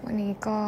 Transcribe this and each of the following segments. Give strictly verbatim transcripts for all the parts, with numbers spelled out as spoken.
วันนี้ก็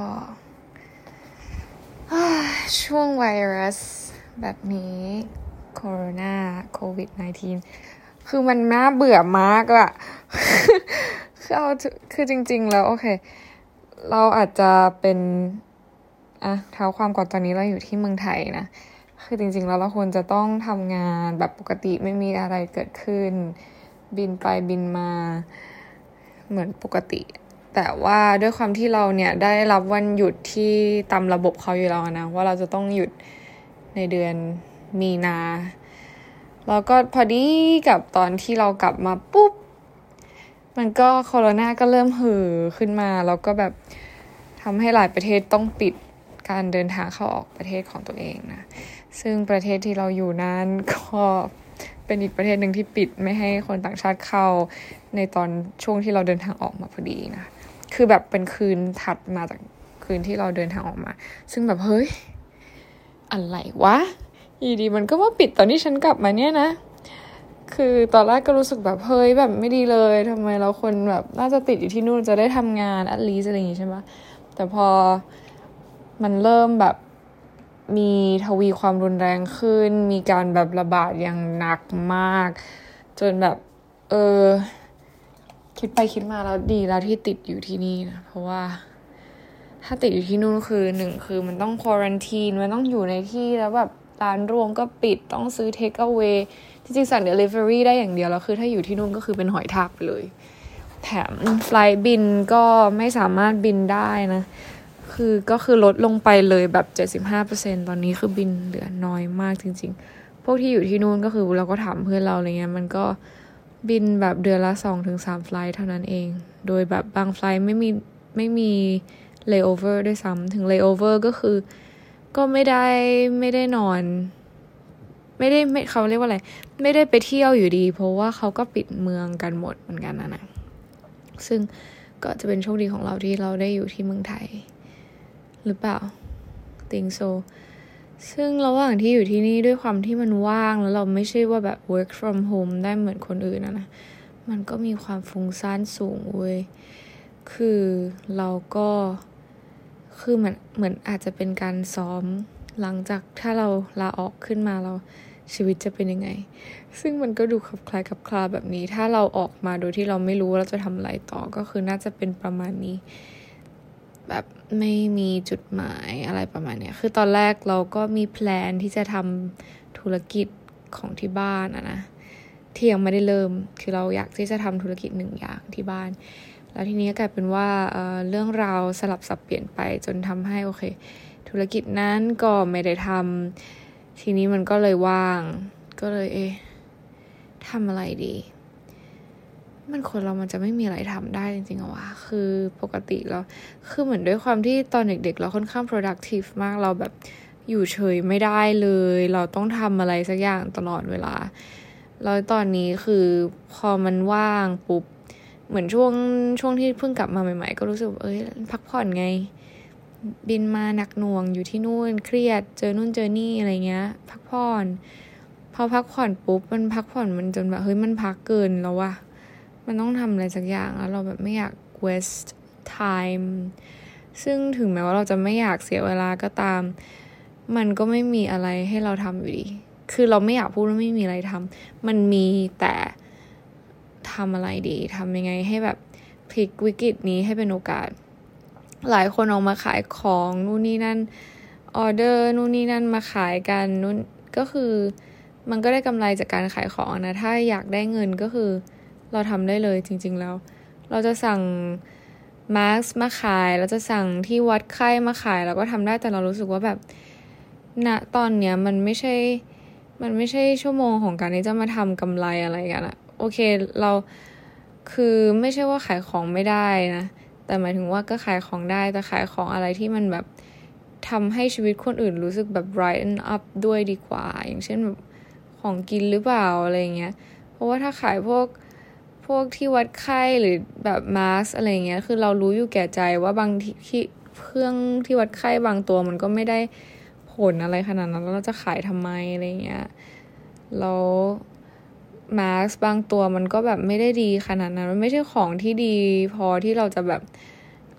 ช่วงไวรัสแบบนี้โคโรนาโควิด สิบเก้า คือมันน่าเบื่อมากอะ คือเอาคือจริงๆแล้วโอเคเราอาจจะเป็นอ่ะเท้าความก่อนตอนนี้เราอยู่ที่เมืองไทยนะคือจริงๆแล้วเราควรจะต้องทำงานแบบปกติไม่มีอะไรเกิดขึ้นบินไปบินมาเหมือนปกติแต่ว่าด้วยความที่เราเนี่ยได้รับวันหยุดที่ตามระบบเขาอยู่แล้วนะว่าเราจะต้องหยุดในเดือนมีนาแล้วก็พอดีกับตอนที่เรากลับมาปุ๊บมันก็โควิดก็เริ่มหือขึ้นมาแล้วก็แบบทำให้หลายประเทศต้องปิดการเดินทางเข้าออกประเทศของตัวเองนะซึ่งประเทศที่เราอยู่นั้นก็เป็นอีกประเทศหนึ่งที่ปิดไม่ให้คนต่างชาติเข้าในตอนช่วงที่เราเดินทางออกมาพอดีนะคือแบบเป็นคืนถัดมาจากคืนที่เราเดินทางออกมาซึ่งแบบเฮ้ยอะไรวะอยู่ดีมันก็มาปิดตอนที่ฉันกลับมาเนี่ยนะคือตอนแรกก็รู้สึกแบบเฮ้ยแบบไม่ดีเลยทำไมเราคนแบบน่าจะติดอยู่ที่นู่นจะได้ทำงานat leastอะไรอย่างงี้ใช่ไหมแต่พอมันเริ่มแบบมีทวีความรุนแรงขึ้นมีการแบบระบาดอย่างหนักมากจนแบบเออคิดไปคิดมาแล้วดีแล้วที่ติดอยู่ที่นี่นะเพราะว่าถ้าติดอยู่ที่นู่นคือหนึ่งคือมันต้องควอรันทีนมันต้องอยู่ในที่แล้วแบบร้านรวงก็ปิดต้องซื้อเทคเอาเวย์จริงๆสั่ง delivery ได้อย่างเดียวแล้วคือถ้าอยู่ที่นู่นก็คือเป็นหอยทากไปเลยแถมไฟลท์บินก็ไม่สามารถบินได้นะคือก็คือลดลงไปเลยแบบ เจ็ดสิบห้าเปอร์เซ็นต์ ตอนนี้คือบินเหลือน้อยมากจริงๆพวกที่อยู่ที่นู่นก็คือเราก็ถามเพื่อนเราอะไรเงี้ยมันก็บินแบบเดือนละ สองถึงสาม ไฟลท์เท่านั้นเองโดยแบบบางไฟลท์ไม่มีไม่มี layover ด้วยซ้ำถึง layover ก็คือก็ไม่ได้ไม่ได้นอนไม่ได้ไม่เขาเรียกว่าอะไรไม่ได้ไปเที่ยวอยู่ดีเพราะว่าเขาก็ปิดเมืองกันหมดเหมือนกันนะนะซึ่งก็จะเป็นโชคดีของเราที่เราได้อยู่ที่เมืองไทยหรือเปล่า think so ซึ่งระหว่างที่อยู่ที่นี่ด้วยความที่มันว่างแล้วเราไม่ใช่ว่าแบบ work from home ได้เหมือนคนอื่นนะนะมันก็มีความฟุ้งซ่านสูงเว้ยคือเราก็คือเหมือนเหมือนอาจจะเป็นการซ้อมหลังจากถ้าเราลาออกขึ้นมาเราชีวิตจะเป็นยังไงซึ่งมันก็ดูคลับคล้ายคลับคลาแบบนี้ถ้าเราออกมาโดยที่เราไม่รู้ว่าเราจะทำอะไรต่อก็คือน่าจะเป็นประมาณนี้แบบไม่มีจุดหมายอะไรประมาณเนี้ยคือตอนแรกเราก็มีแพลนที่จะทำธุรกิจของที่บ้านอะนะที่ยังไม่ได้เริ่มคือเราอยากที่จะทำธุรกิจหนึ่งอย่างที่บ้านแล้วทีนี้กลายเป็นว่า เอ่อ เรื่องราวสลับสับเปลี่ยนไปจนทำให้โอเคธุรกิจนั้นก็ไม่ได้ทำทีนี้มันก็เลยว่างก็เลยเอ๊ะทำอะไรดีมันคนเรามันจะไม่มีอะไรทำได้จริงๆเหรอวะคือปกติเราคือเหมือนด้วยความที่ตอนเด็กๆเราค่อนข้าง productive มากเราแบบอยู่เฉยไม่ได้เลยเราต้องทำอะไรสักอย่างตลอดเวลาแล้วตอนนี้คือพอมันว่างปุ๊บเหมือนช่วงช่วงที่เพิ่งกลับมาใหม่ๆก็รู้สึกเอ้ยพักผ่อนไงบินมาหนักหน่วงอยู่ที่นู่นเครียดเจอนู่นเจอนี่อะไรเงี้ยพักผ่อนพอพักผ่อนปุ๊บมันพักผ่อนมันจนแบบเฮ้ยมันพักเกินแล้วว่ะมันต้องทำอะไรสักอย่างแล้วเราแบบไม่อยาก waste time ซึ่งถึงแม้ว่าเราจะไม่อยากเสียเวลาก็ตามมันก็ไม่มีอะไรให้เราทำอยู่ดีคือเราไม่อยากพูดว่าไม่มีอะไรทำมันมีแต่ทำอะไรดีทำยังไงให้แบบพลิกวิกฤตนี้ให้เป็นโอกาสหลายคนออกมาขายของนู่นนี่นั่นออเดอร์นู่นนี่นั่นมาขายกันนู่นก็คือมันก็ได้กำไรจากการขายของนะถ้าอยากได้เงินก็คือเราทำได้เลยจริงๆแล้วเราจะสั่งมาสก์มาขายเราจะสั่งที่วัดไข้มาขายเราก็ทำได้แต่เรารู้สึกว่าแบบณตอนเนี้ยมันไม่ใช่มันไม่ใช่ชั่วโมงของการที่จะมาทำกำไรอะไรกันอะโอเคเราคือไม่ใช่ว่าขายของไม่ได้นะแต่หมายถึงว่าก็ขายของได้แต่ขายของอะไรที่มันแบบทำให้ชีวิตคนอื่นรู้สึกแบบ brighten up ด้วยดีกว่าอย่างเช่นแบบของกินหรือเปล่าอะไรเงี้ยเพราะว่าถ้าขายพวกพวกที่วัดไข้หรือแบบมาสอะไรเงี้ยคือเรารู้อยู่แก่ใจว่าบางที่เครื่องที่วัดไข้บางตัวมันก็ไม่ได้ผลอะไรขนาดนั้นแล้วเราจะขายทำไมอะไรเงี้ยแล้วมาสก์บางตัวมันก็แบบไม่ได้ดีขนาดนั้นมันไม่ใช่ของที่ดีพอที่เราจะแบบ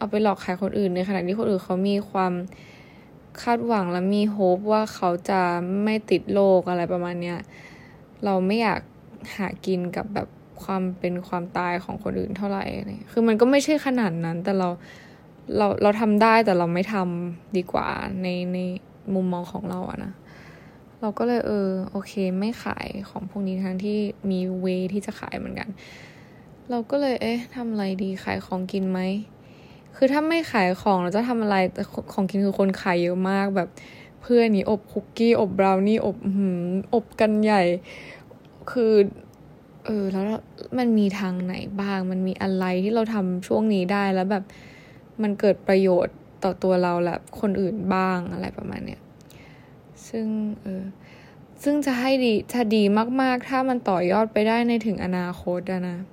เอาไปหลอกขายคนอื่นในขณะที่คนอื่นเขามีความคาดหวังและมีโฮปว่าเขาจะไม่ติดโรคอะไรประมาณเนี้ยเราไม่อยากหากินกับแบบความเป็นความตายของคนอื่นเท่าไหร่คือมันก็ไม่ใช่ขนาดนั้นแต่เราเราเราทำได้แต่เราไม่ทำดีกว่าในในมุมมองของเราอะนะเราก็เลยเออโอเคไม่ขายของพวกนี้ทั้งที่มีเวที่จะขายเหมือนกันเราก็เลยเอ๊ะทำอะไรดีขายของกินไหมคือถ้าไม่ขายของเราจะทำอะไรแต่ของกินคือคนขายเยอะมากแบบเพื่อนนี่อบคุกกี้อบบราวนี่อบหืมอบกันใหญ่คือเออแล้วมันมีทางไหนบ้างมันมีอะไรที่เราทำช่วงนี้ได้แล้วแบบมันเกิดประโยชน์ต่อตัวเราและคนอื่นบ้างอะไรประมาณเนี้ยซึ่งเออซึ่งจะให้ดีถ้าดีมากๆถ้ามันต่อยอดไปได้ในถึงอนาคตอะนะ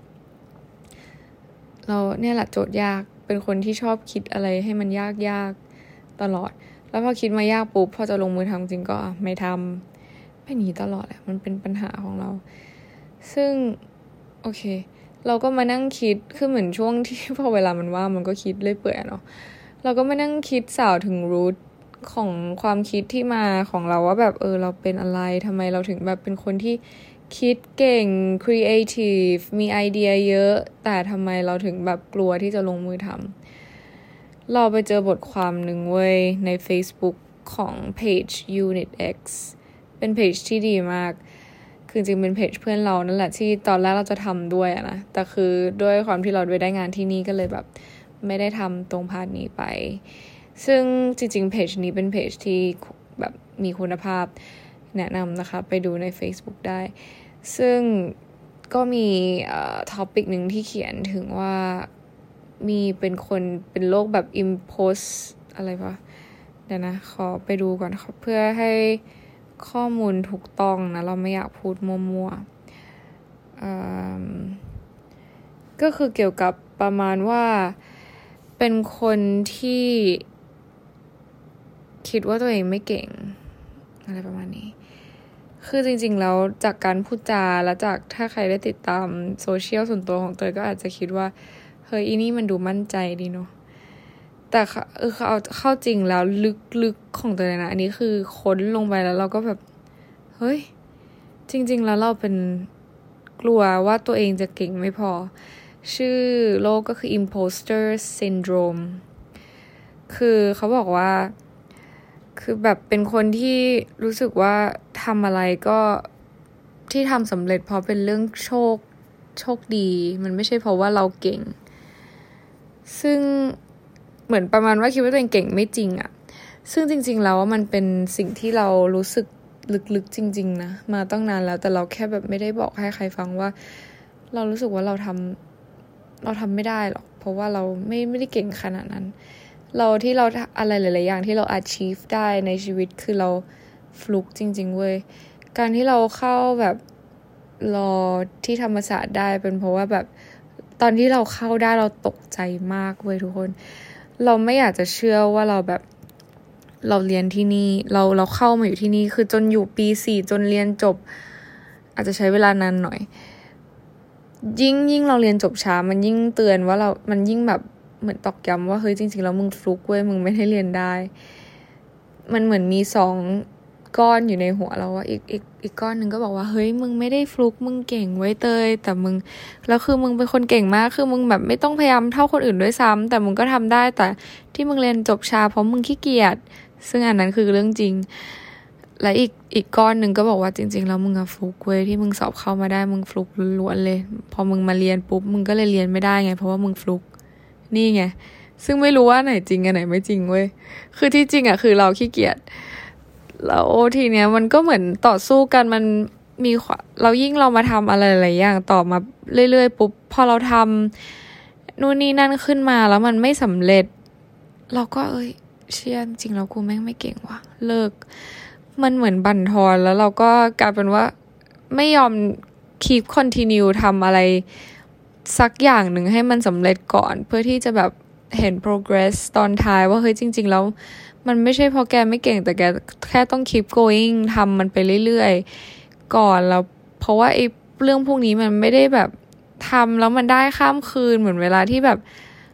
เราเนี่ยแหละโจทย์ยากเป็นคนที่ชอบคิดอะไรให้มันยากๆตลอดแล้วพอคิดมายากปุ๊บพอจะลงมือทำจริงก็ไม่ทำไม่หนีตลอดแหละมันเป็นปัญหาของเราซึ่งโอเคเราก็มานั่งคิดคือเหมือนช่วงที่พอเวลามันว่างมันก็คิดเรื่อยเปื่อยเนาะเราก็มานั่งคิดสาวถึงรูทของความคิดที่มาของเราว่าแบบเออเราเป็นอะไรทำไมเราถึงแบบเป็นคนที่คิดเก่ง creative มีไอเดียเยอะแต่ทำไมเราถึงแบบกลัวที่จะลงมือทำเราไปเจอบทความหนึ่งเว้ยใน Facebook ของ page Unit X เป็นเพจที่ดีมากคือจริงเป็นเพจเพื่อนเรานั่นแหละที่ตอนแรกเราจะทำด้วยนะแต่คือด้วยความที่เราไปได้งานที่นี่ก็เลยแบบไม่ได้ทำตรงพาร์ทนี้ไปซึ่งจริงๆเพจนี้เป็นเพจที่แบบมีคุณภาพแนะนำนะคะไปดูใน Facebook ได้ซึ่งก็มีเอ่อท็อปิกหนึ่งที่เขียนถึงว่ามีเป็นคนเป็นโรคแบบ impose อะไรปะเดี๋ยวนะขอไปดูก่อนเพื่อให้ข้อมูลถูกต้องนะเราไม่อยากพูดมั่วๆก็คือเกี่ยวกับประมาณว่าเป็นคนที่คิดว่าตัวเองไม่เก่งอะไรประมาณนี้คือจริงๆแล้วจากการพูดจาและจากถ้าใครได้ติดตามโซเชียลส่วนตัวของเตยก็อาจจะคิดว่าเฮ้ยอีนี่มันดูมั่นใจดีเนาะแต่เออเขาเอาเข้าจริงแล้วลึกๆของเตยนะอันนี้คือค้นลงไปแล้วเราก็แบบเฮ้ยจริงๆแล้วเราเป็นกลัวว่าตัวเองจะเก่งไม่พอชื่อโรคก็คือ imposter syndrome คือเขาบอกว่าคือแบบเป็นคนที่รู้สึกว่าทำอะไรก็ที่ทำสำเร็จเพราะเป็นเรื่องโชคโชคดีมันไม่ใช่เพราะว่าเราเก่งซึ่งเหมือนประมาณว่าคิดว่าตัวเองเก่งไม่จริงอะซึ่งจริงๆแล้วมันเป็นสิ่งที่เรารู้สึกลึกๆจริงๆนะมาตั้งนานแล้วแต่เราแค่แบบไม่ได้บอกให้ใครฟังว่าเรารู้สึกว่าเราทำเราทำไม่ได้หรอกเพราะว่าเราไม่ไม่ได้เก่งขนาดนั้นเราที่เราอะไรหลายๆอย่างที่เรา achieve ได้ในชีวิตคือเราฟลุกจริงๆเว้ยการที่เราเข้าแบบรอที่ธรรมศาสตร์ได้เป็นเพราะว่าแบบตอนที่เราเข้าได้เราตกใจมากเว้ยทุกคนเราไม่อยากจะเชื่อว่าเราแบบเราเรียนที่นี่เราเราเข้ามาอยู่ที่นี่คือจนอยู่ปีสี่จนเรียนจบอาจจะใช้เวลานานหน่อยยิ่งยิ่งเราเรียนจบช้ามันยิ่งเตือนว่าเรามันยิ่งแบบเหมือนตอกย้ำว่าเฮ้ยจริงๆแล้วมึงฟลุกเว้ยมึงไม่ได้เรียนได้มันเหมือนมีสองก้อนอยู่ในหัวเราว่าอีกอีกอีกก้อนหนึ่งก็บอกว่าเฮ้ยมึงไม่ได้ฟลุกมึงเก่งไว้เตยแต่มึงแล้วคือมึงเป็นคนเก่งมากคือมึงแบบไม่ต้องพยายามเท่าคนอื่นด้วยซ้ำแต่มึงก็ทำได้แต่ที่มึงเรียนจบช้าเพราะมึงขี้เกียจซึ่งอันนั้นคือเรื่องจริงและอีกอีกก้อนหนึ่งก็บอกว่าจริงๆแล้วมึงอะฟลุกเว้ยที่มึงสอบเข้ามาได้มึงฟลุกล้วนเลยพอมึงมาเรียนปุ๊บมึงก็เลยเรียนไม่ได้ไงเพราะว่ามึงฟลุกนี่ไงซึ่งไม่รู้ว่าไหนจริงอันไหนไม่จริงเว้ยคือที่จริงอ่ะคือเราขี้เกียจแล้วทีเนี้ยมันก็เหมือนต่อสู้กันมันมีเรายิ่งเรามาทำอะไรหลายอย่างต่อมาเรื่อยๆปุ๊บพอเราทำนู่นนี่นั่นขึ้นมาแล้วมันไม่สำเร็จเราก็เอ้ยเชี่ยจริงแล้วกูแม่งไม่เก่งว่ะเลิกมันเหมือนบั่นทอนแล้วเราก็กลายเป็นว่าไม่ยอม keep continue ทำอะไรสักอย่างหนึ่งให้มันสำเร็จก่อนเพื่อที่จะแบบเห็น progress ตอนท้ายว่าเฮ้ยจริงๆแล้วมันไม่ใช่เพราะแกไม่เก่งแต่แกแค่ต้อง keep going ทำมันไปเรื่อยๆก่อนแล้วเพราะว่าไอ้เรื่องพวกนี้มันไม่ได้แบบทำแล้วมันได้ข้ามคืนเหมือนเวลาที่แบบ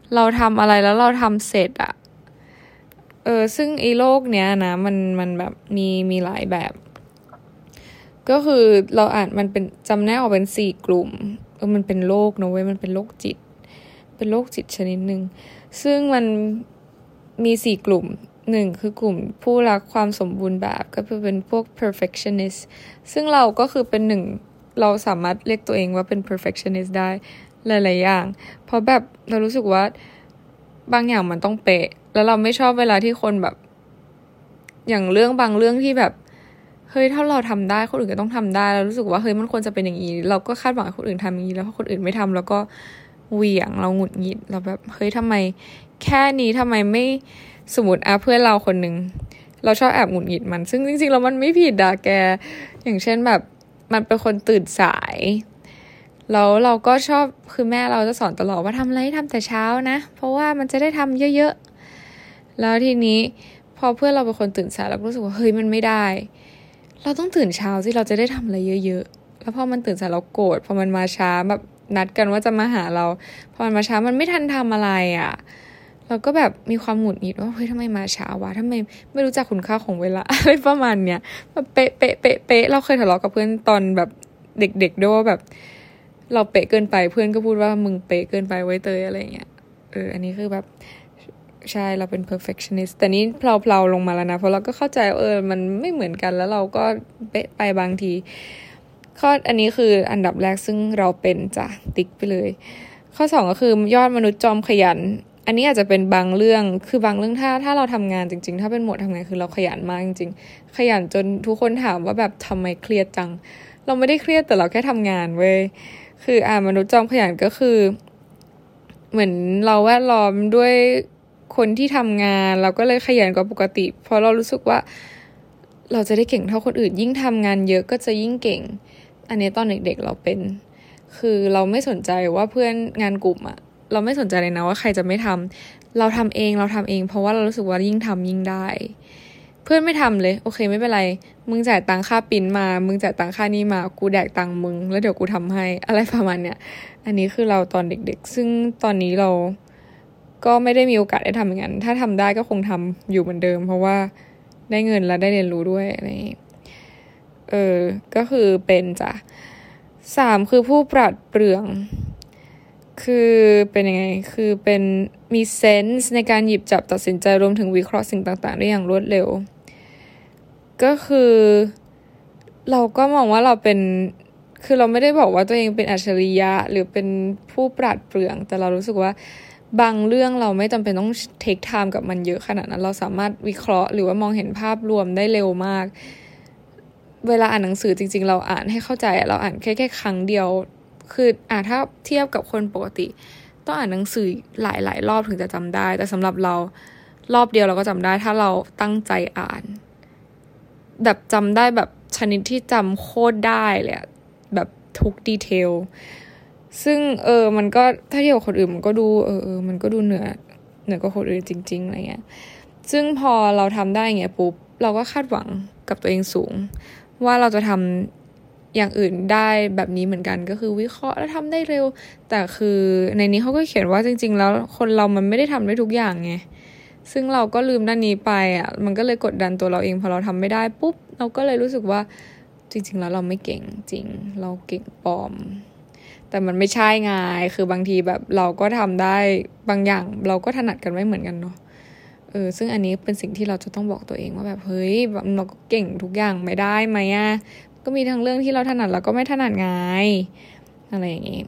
เราทำอะไรแล้วเราทำเสร็จอะเออซึ่งไอ้โลกเนี้ยนะมันมันแบบมีมีหลายแบบก็คือเราอ่านมันเป็นจำแนกออกเป็นสี่กลุ่มเออมันเป็นโรคนะเว้ยมันเป็นโรคจิตเป็นโรคจิตชนิดหนึ่งซึ่งมันมีสี่กลุ่มหนึ่งคือกลุ่มผู้รักความสมบูรณ์แบบก็คือเป็นพวก perfectionist ซึ่งเราก็คือเป็นหนึ่งเราสามารถเรียกตัวเองว่าเป็น perfectionist ได้หลายๆอย่างเพราะแบบเรารู้สึกว่าบางอย่างมันต้องเป๊ะแล้วเราไม่ชอบเวลาที่คนแบบอย่างเรื่องบางเรื่องที่แบบเฮ้ยถ้าเราทำได้คนอื่นก็ต้องทำได้แล้วรู้สึกว่าเฮ้ยมันควรจะเป็นอย่างนี้เราก็คาดหวังให้คนอื่นทำอย่างนี้แล้วพอคนอื่นไม่ทำแล้วก็เหวี่ยงเราหงุดหงิดเราแบบเฮ้ยทำไมแค่นี้ทำไมไม่สมมติอ่ะเพื่อนเราคนนึงเราชอบแอบหงุดหงิดมันซึ่งจริงๆแล้วมันไม่ผิดอะแกอย่างเช่นแบบมันเป็นคนตื่นสายแล้วเราก็ชอบคือแม่เราจะสอนตลอดว่าทำอะไรทำแต่เช้านะเพราะว่ามันจะได้ทำเยอะๆแล้วทีนี้พอเพื่อนเราเป็นคนตื่นสายเราก็รู้สึกว่าเฮ้ยมันไม่ได้เราต้องตื่นเช้าสิเราจะได้ทำอะไรเยอะๆแล้วพอมันตื่นสายเราโกรธพอมันมาช้าแบบนัดกันว่าจะมาหาเราพอมันมาช้ามันไม่ทันทำอะไรอ่ะเราก็แบบมีความหงุดหงิดว่าเฮ้ยทำไมมาช้าวะทำไมไม่รู้จักคุณค่าของเวลา อะไรประมาณเนี้ยแบบเป๊ะเป๊ะเป๊ะเป๊ะเราเคยทะเลาะกับเพื่อนตอนแบบเด็กๆด้วยว่าแบบเราเป๊ะเกินไปเพื่อนก็พูดว่ามึงเป๊ะเกินไปไว้เตยอะไรเงี้ยเอออันนี้คือแบบใช่เราเป็น perfectionist แต่นี้เพลาๆลงมาแล้วนะเพราะเราก็เข้าใจเออมันไม่เหมือนกันแล้วเราก็เป๊ะไปบางทีข้ออันนี้คืออันดับแรกซึ่งเราเป็นจ้ะติ๊กไปเลยข้อสองก็คือยอดมนุษย์จอมขยันอันนี้อาจจะเป็นบางเรื่องคือบางเรื่องถ้าถ้าเราทำงานจริงๆถ้าเป็นโหมดทำงานคือเราขยันมากจริงๆขยันจนทุกคนถามว่าแบบทำไมเครียดจังเราไม่ได้เครียดแต่เราแค่ทำงานเว้ยคืออ่ามนุษย์จอมขยันก็คือเหมือนเราแวดล้อมด้วยคนที่ทำงานเราก็เลยขยันกว่าปกติเพราะเรารู้สึกว่าเราจะได้เก่งเท่าคนอื่นยิ่งทำงานเยอะก็จะยิ่งเก่งอันนี้ตอนเด็กๆเราเป็นคือเราไม่สนใจว่าเพื่อนงานกลุ่มอะเราไม่สนใจเลยนะว่าใครจะไม่ทำเราทำเองเราทำเองเพราะว่าเรารู้สึกว่ายิ่งทำยิ่งได้เพื่อนไม่ทำเลยโอเคไม่เป็นไรมึงจ่ายตังค่าปิ้นมามึงจ่ายตังค่านี้มากูแดกตังมึงแล้วเดี๋ยวกูทำให้อะไรประมาณเนี้ยอันนี้คือเราตอนเด็กๆซึ่งตอนนี้เราก็ไม่ได้มีโอกาสได้ทำอย่างนั้นถ้าทำได้ก็คงทำอยู่เหมือนเดิมเพราะว่าได้เงินและได้เรียนรู้ด้วยอะไรเออก็คือเป็นจ้ะสามคือผู้ปราดเปรื่องคือเป็นยังไงคือเป็นมีเซนส์ในการหยิบจับตัดสินใจรวมถึงวิเคราะห์สิ่งต่างๆได้อย่างรวดเร็วก็คือเราก็มองว่าเราเป็นคือเราไม่ได้บอกว่าตัวเองเป็นอัจฉริยะหรือเป็นผู้ปราดเปรื่องแต่เรารู้สึกว่าบางเรื่องเราไม่จำเป็นต้องเทคไทม์กับมันเยอะขนาดนั้นเราสามารถวิเคราะห์หรือว่ามองเห็นภาพรวมได้เร็วมากเวลาอ่านหนังสือจริงๆเราอ่านให้เข้าใจเราอ่านแค่แค่ครั้งเดียวคืออ่าถ้าเทียบกับคนปกติต้องอ่านหนังสือหลายๆรอบถึงจะจำได้แต่สำหรับเรารอบเดียวเราก็จำได้ถ้าเราตั้งใจอ่านแบบจำได้แบบชนิดที่จำโคตรได้เลยแบบทุกดีเทลซึ่งเออมันก็ถ้าเทียบกับคนอื่นมันก็ดูเออเออมันก็ดูเหนือเหนือกว่าคนอื่นจริงๆอะไรเงี้ยซึ่งพอเราทำได้เงี้ยปุ๊บเราก็คาดหวังกับตัวเองสูงว่าเราจะทำอย่างอื่นได้แบบนี้เหมือนกันก็คือวิเคราะห์แล้วทำได้เร็วแต่คือในนี้เขาก็เขียนว่าจริงๆแล้วคนเรามันไม่ได้ทำได้ทุกอย่างไงซึ่งเราก็ลืมด้านนี้ไปอ่ะมันก็เลยกดดันตัวเราเองพอเราทำไม่ได้ปุ๊บเราก็เลยรู้สึกว่าจริงๆแล้วเราไม่เก่งจริงเราเก่งปลอมแต่มันไม่ใช่ไงคือบางทีแบบเราก็ทำได้บางอย่างเราก็ถนัดกันไม่เหมือนกันเนาะเออซึ่งอันนี้เป็นสิ่งที่เราจะต้องบอกตัวเองว่าแบบเฮ้ยเราก็เก่งทุกอย่างไม่ได้ไหมอ่ะก็มีทั้งเรื่องที่เราถนัดแล้วก็ไม่ถนัดไงอะไรอย่างงี้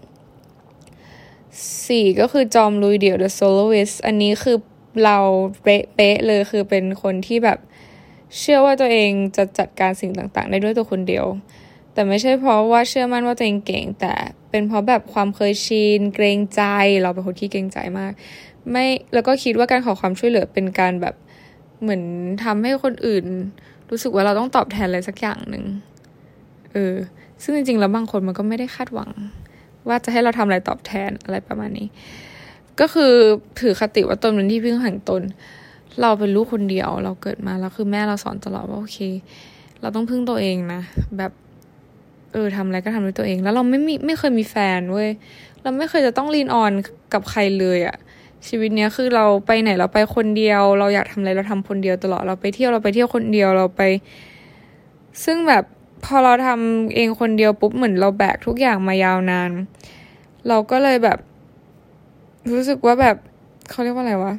สี่ก็คือจอมลุยเดี่ยว The Soloist อันนี้คือเราเป๊ะๆเลยคือเป็นคนที่แบบเชื่อว่าตัวเองจะจัดการสิ่งต่างๆได้ด้วยตัวคนเดียวแต่ไม่ใช่เพราะว่าเชื่อมั่นว่าตัวเองเก่งแต่เป็นเพราะแบบความเคยชินเกรงใจเราเป็นคนขี้เกรงใจมากไม่แล้วก็คิดว่าการขอความช่วยเหลือเป็นการแบบเหมือนทำให้คนอื่นรู้สึกว่าเราต้องตอบแทนอะไรสักอย่างนึงเออซึ่งจริงๆแล้วบางคนมันก็ไม่ได้คาดหวังว่าจะให้เราทำอะไรตอบแทนอะไรประมาณนี้ก็คือถือคติว่าตนเป็นที่พึ่งแห่งตนเราเป็นลูกคนเดียวเราเกิดมาแล้วคือแม่เราสอนตลอดว่าโอเคเราต้องพึ่งตัวเองนะแบบเออทำอะไรก็ทำด้วยตัวเองแล้วเราไม่มีไม่เคยมีแฟนเว้ยเราไม่เคยจะต้องลีนออนกับใครเลยอะชีวิตเนี้ยคือเราไปไหนเราไปคนเดียวเราอยากทำอะไรเราทำคนเดียวตลอดเราไปเที่ยวเราไปเที่ยวคนเดียวเราไปซึ่งแบบพอเราทำเองคนเดียวปุ๊บเหมือนเราแบกทุกอย่างมายาวนานเราก็เลยแบบรู้สึกว่าแบบเขาเรียกว่าอะไรวะ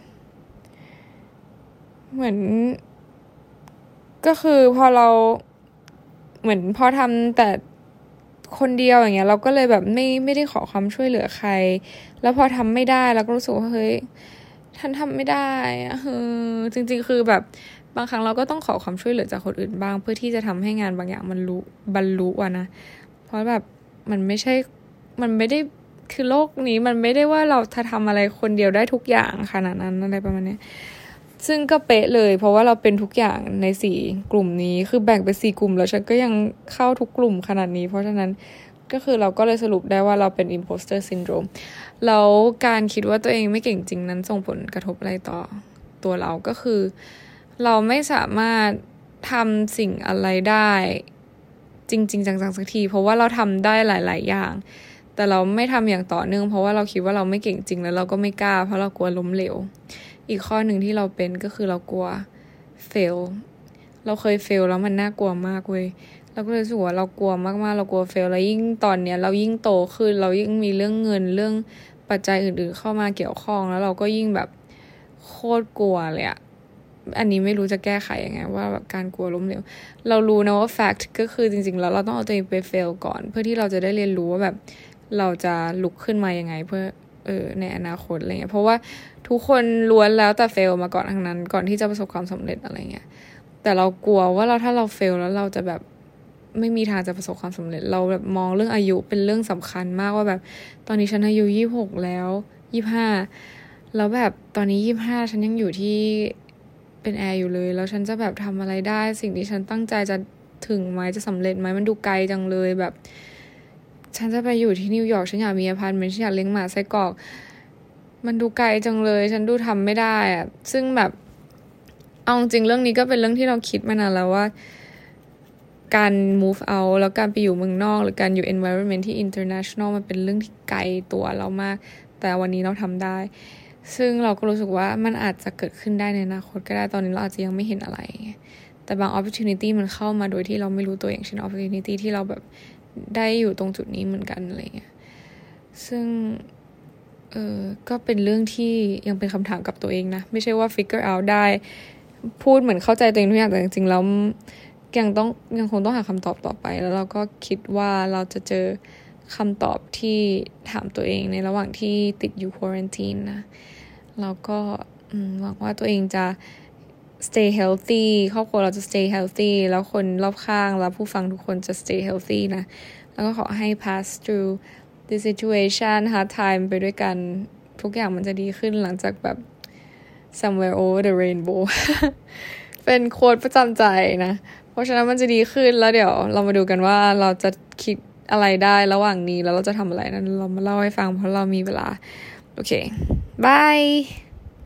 เหมือนก็คือพอเราเหมือนพอทำแต่คนเดียวอย่างเงี้ยเราก็เลยแบบไม่ไม่ได้ขอความช่วยเหลือใครแล้วพอทำไม่ได้เราก็รู้สึกว่าเฮ้ยท่านทำไม่ได้อะเออจริงๆคือแบบบางครั้งเราก็ต้องขอความช่วยเหลือจากคนอื่นบ้างเพื่อที่จะทำให้งานบางอย่างมันรู้บรรลุอะนะเพราะแบบมันไม่ใช่มันไม่ได้คือโลกนี้มันไม่ได้ว่าเราจะทำอะไรคนเดียวได้ทุกอย่างขนาดนั้นอะไรประมาณนี้ซึ่งก็เป๊ะเลยเพราะว่าเราเป็นทุกอย่างในสี่กลุ่มนี้คือแบ่งเป็นสี่กลุ่มแล้วฉันก็ยังเข้าทุกกลุ่มขนาดนี้เพราะฉะนั้นก็คือเราก็เลยสรุปได้ว่าเราเป็น imposter syndrome แล้วการคิดว่าตัวเองไม่เก่งจริงนั้นส่งผลกระทบอะไรต่อตัวเราก็คือเราไม่สามารถทำสิ่งอะไรได้จริงๆจังๆสักทีเพราะว่าเราทำได้หลายๆอย่างแต่เราไม่ทำอย่างต่อเนื่องเพราะว่าเราคิดว่าเราไม่เก่งจริงแล้วเราก็ไม่กล้าเพราะเรากลัวล้มเหลวอีกข้อหนึ่งที่เราเป็นก็คือเรากลัว fail เราเคย fail แล้วมันน่ากลัวมากเว้ยเราก็เลยรู้สึกว่าเรากลัวมากๆเรากลัว fail แล้วยิ่งตอนเนี้ยเรายิ่งโตขึ้นเรายิ่งมีเรื่องเงินเรื่องปัจจัยอื่นๆเข้ามาเกี่ยวข้องแล้วเราก็ยิ่งแบบโคตรกลัวเลยอะอันนี้ไม่รู้จะแก้ไขยังไงว่าแบบการกลัวล้มเหลวเรารู้นะว่า fact ก็คือจริงๆแล้วเราต้องเอาตัวเองไป fail ก่อนเพื่อที่เราจะได้เรียนรู้ว่าแบบเราจะลุกขึ้นมายังไงเพื่อเออในอนาคตอะไรเงี้ยเพราะว่าทุกคนล้วนแล้วแต่ fail มาก่อนทั้งนั้นก่อนที่จะประสบความสำเร็จอะไรเงี้ยแต่เรากลัวว่าเราถ้าเรา fail แล้วเราจะแบบไม่มีทางจะประสบความสำเร็จเราแบบมองเรื่องอายุเป็นเรื่องสำคัญมากว่าแบบตอนนี้ฉันอายุยี่สิบหกแล้วยี่สิบห้าแล้วแบบตอนนี้ยี่สิบห้าฉันยังอยู่ที่เป็นแอร์อยู่เลยแล้วฉันจะแบบทำอะไรได้สิ่งที่ฉันตั้งใจจะถึงไหมจะสำเร็จไหมมันดูไกลจังเลยแบบฉันจะไปอยู่ที่นิวยอร์กฉันอยากมีอพาร์ตเมนต์ฉันอยากเลี้ยงหมาไส้กรอกมันดูไกลจังเลยฉันดูทำไม่ได้อะซึ่งแบบเอาจริงเรื่องนี้ก็เป็นเรื่องที่เราคิดมานานแล้วว่าการ move out แล้วการไปอยู่เมืองนอกหรือการอยู่ environment ที่ international มันเป็นเรื่องที่ไกลตัวเรามากแต่วันนี้เราทำได้ซึ่งเราก็รู้สึกว่ามันอาจจะเกิดขึ้นได้ในอนาคตก็ได้ตอนนี้เราอาจจะยังไม่เห็นอะไรแต่บาง opportunity มันเข้ามาโดยที่เราไม่รู้ตัวอย่างเช่น opportunity ที่เราแบบได้อยู่ตรงจุดนี้เหมือนกันอะไรเงี้ยซึ่งเออก็เป็นเรื่องที่ยังเป็นคำถามกับตัวเองนะไม่ใช่ว่า figure out ได้พูดเหมือนเข้าใจตัวเองทุกอย่างแต่จริงๆแล้วยังต้องยังคงต้องหาคำตอบต่อไปแล้วเราก็คิดว่าเราจะเจอคำตอบที่ถามตัวเองในระหว่างที่ติดอยู่ควอรันทีนนะแล้วก็หวังว่าตัวเองจะ stay healthy ครอบครัวเราจะ stay healthy แล้วคนรอบข้างแล้วผู้ฟังทุกคนจะ stay healthy นะแล้วก็ขอให้ pass through the situation hard time ไปด้วยกันทุกอย่างมันจะดีขึ้นหลังจากแบบ somewhere over the rainbow เป็นโค้ดประจำใจนะเพราะฉะนั้นมันจะดีขึ้นแล้วเดี๋ยวเรามาดูกันว่าเราจะคิดอะไรได้ระหว่างนี้แล้วเราจะทำอะไรนั้นเรามาเล่าให้ฟังเพราะเรามีเวลาโอเคบาย